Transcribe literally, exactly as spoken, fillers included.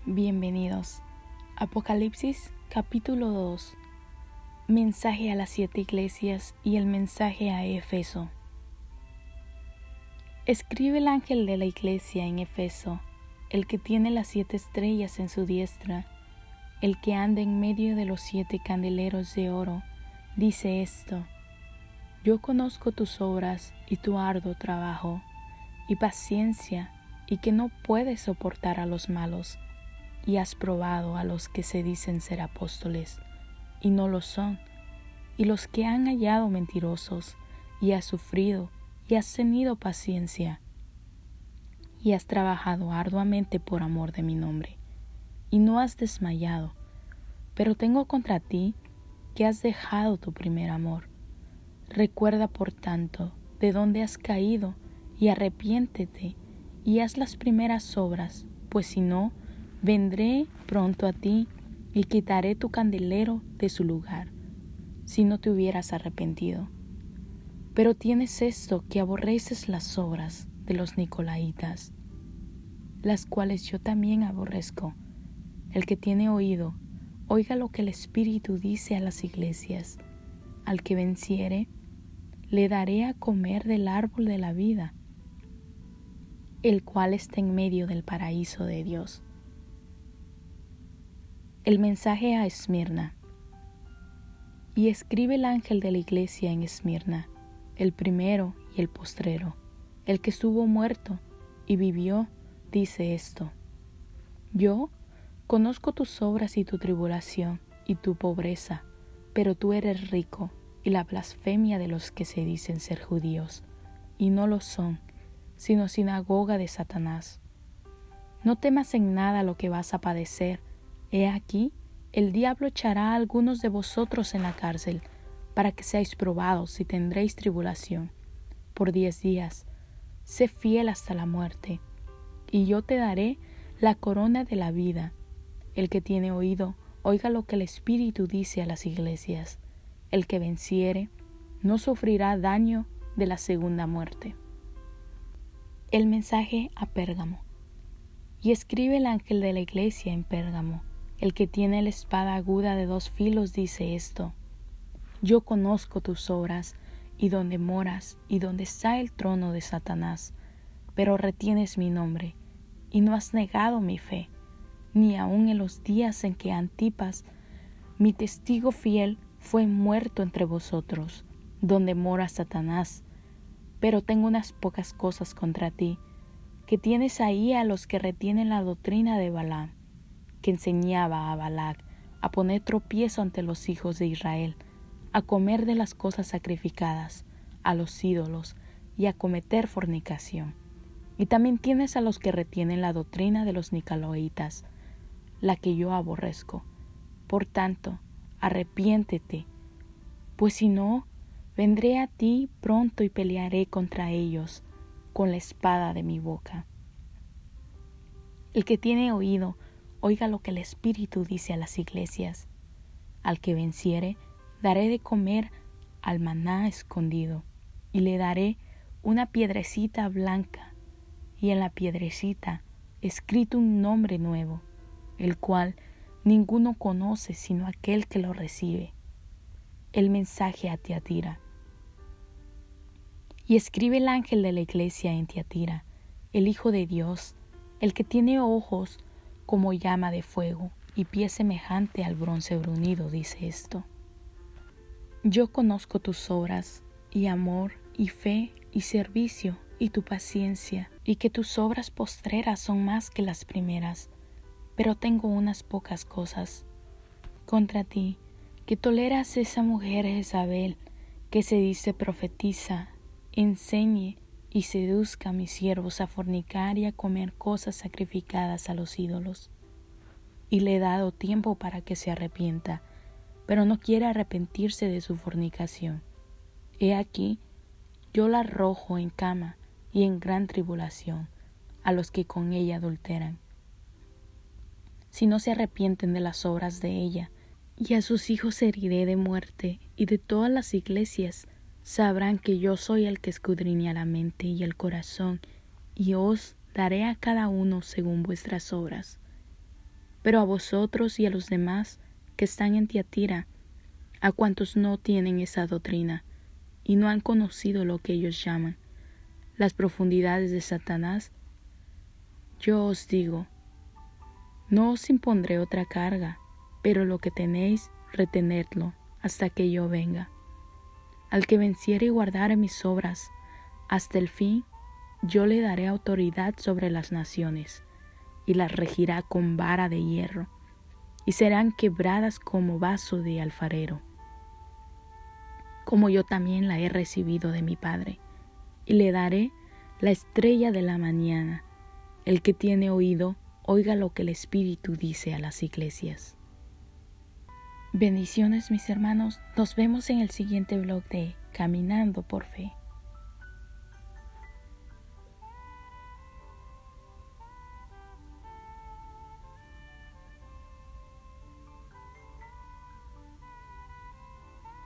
Bienvenidos. Apocalipsis capítulo dos. Mensaje a las siete iglesias y el mensaje a Éfeso. Escribe el ángel de la iglesia en Éfeso, el que tiene las siete estrellas en su diestra, el que anda en medio de los siete candeleros de oro, dice esto: Yo conozco tus obras y tu arduo trabajo, y paciencia, y que no puedes soportar a los malos, y has probado a los que se dicen ser apóstoles, y no lo son, y los que han hallado mentirosos, y has sufrido, y has tenido paciencia, y has trabajado arduamente por amor de mi nombre, y no has desmayado. Pero tengo contra ti que has dejado tu primer amor. Recuerda, por tanto, de dónde has caído, y arrepiéntete, y haz las primeras obras, pues si no, vendré pronto a ti y quitaré tu candelero de su lugar, si no te hubieras arrepentido. Pero tienes esto, que aborreces las obras de los nicolaítas, las cuales yo también aborrezco. El que tiene oído, oiga lo que el Espíritu dice a las iglesias. Al que venciere, le daré a comer del árbol de la vida, el cual está en medio del paraíso de Dios. El mensaje a Esmirna. Y escribe el ángel de la iglesia en Esmirna, el primero y el postrero, el que estuvo muerto y vivió, dice esto: Yo conozco tus obras y tu tribulación y tu pobreza, pero tú eres rico, y la blasfemia de los que se dicen ser judíos, y no lo son, sino sinagoga de Satanás. No temas en nada lo que vas a padecer. He aquí, el diablo echará a algunos de vosotros en la cárcel, para que seáis probados y tendréis tribulación por diez días. Sé fiel hasta la muerte, y yo te daré la corona de la vida. El que tiene oído, oiga lo que el Espíritu dice a las iglesias. El que venciere, no sufrirá daño de la segunda muerte. El mensaje a Pérgamo. Y escribe el ángel de la iglesia en Pérgamo, el que tiene la espada aguda de dos filos, dice esto: Yo conozco tus obras, y donde moras, y donde está el trono de Satanás, pero retienes mi nombre, y no has negado mi fe, ni aun en los días en que Antipas, mi testigo fiel, fue muerto entre vosotros, donde mora Satanás. Pero tengo unas pocas cosas contra ti, que tienes ahí a los que retienen la doctrina de Balaam, que enseñaba a Balac a poner tropiezo ante los hijos de Israel, a comer de las cosas sacrificadas a los ídolos y a cometer fornicación. Y también tienes a los que retienen la doctrina de los nicolaítas, la que yo aborrezco. Por tanto, arrepiéntete, pues si no, vendré a ti pronto y pelearé contra ellos con la espada de mi boca. El que tiene oído, oiga lo que el Espíritu dice a las iglesias. Al que venciere, daré de comer al maná escondido, y le daré una piedrecita blanca, y en la piedrecita escrito un nombre nuevo, el cual ninguno conoce sino aquel que lo recibe. El mensaje a Tiatira. Y escribe el ángel de la iglesia en Tiatira, el Hijo de Dios, el que tiene ojos como llama de fuego y pie semejante al bronce bruñido, dice esto: Yo conozco tus obras, y amor, y fe, y servicio, y tu paciencia, y que tus obras postreras son más que las primeras. Pero tengo unas pocas cosas contra ti, que toleras esa mujer Jezabel, que se dice profetiza, enseñe y seduzca a mis siervos a fornicar y a comer cosas sacrificadas a los ídolos. Y le he dado tiempo para que se arrepienta, pero no quiere arrepentirse de su fornicación. He aquí, yo la arrojo en cama y en gran tribulación a los que con ella adulteran, si no se arrepienten de las obras de ella. Y a sus hijos heriré de muerte, y de todas las iglesias sabrán que yo soy el que escudriña la mente y el corazón, y os daré a cada uno según vuestras obras. Pero a vosotros y a los demás que están en Tiatira, a cuantos no tienen esa doctrina y no han conocido lo que ellos llaman las profundidades de Satanás, yo os digo, no os impondré otra carga, pero lo que tenéis, retenedlo hasta que yo venga. Al que venciere y guardare mis obras hasta el fin, yo le daré autoridad sobre las naciones, y las regirá con vara de hierro, y serán quebradas como vaso de alfarero, como yo también la he recibido de mi Padre, y le daré la estrella de la mañana. El que tiene oído, oiga lo que el Espíritu dice a las iglesias. Bendiciones, mis hermanos. Nos vemos en el siguiente vlog de Caminando por Fe.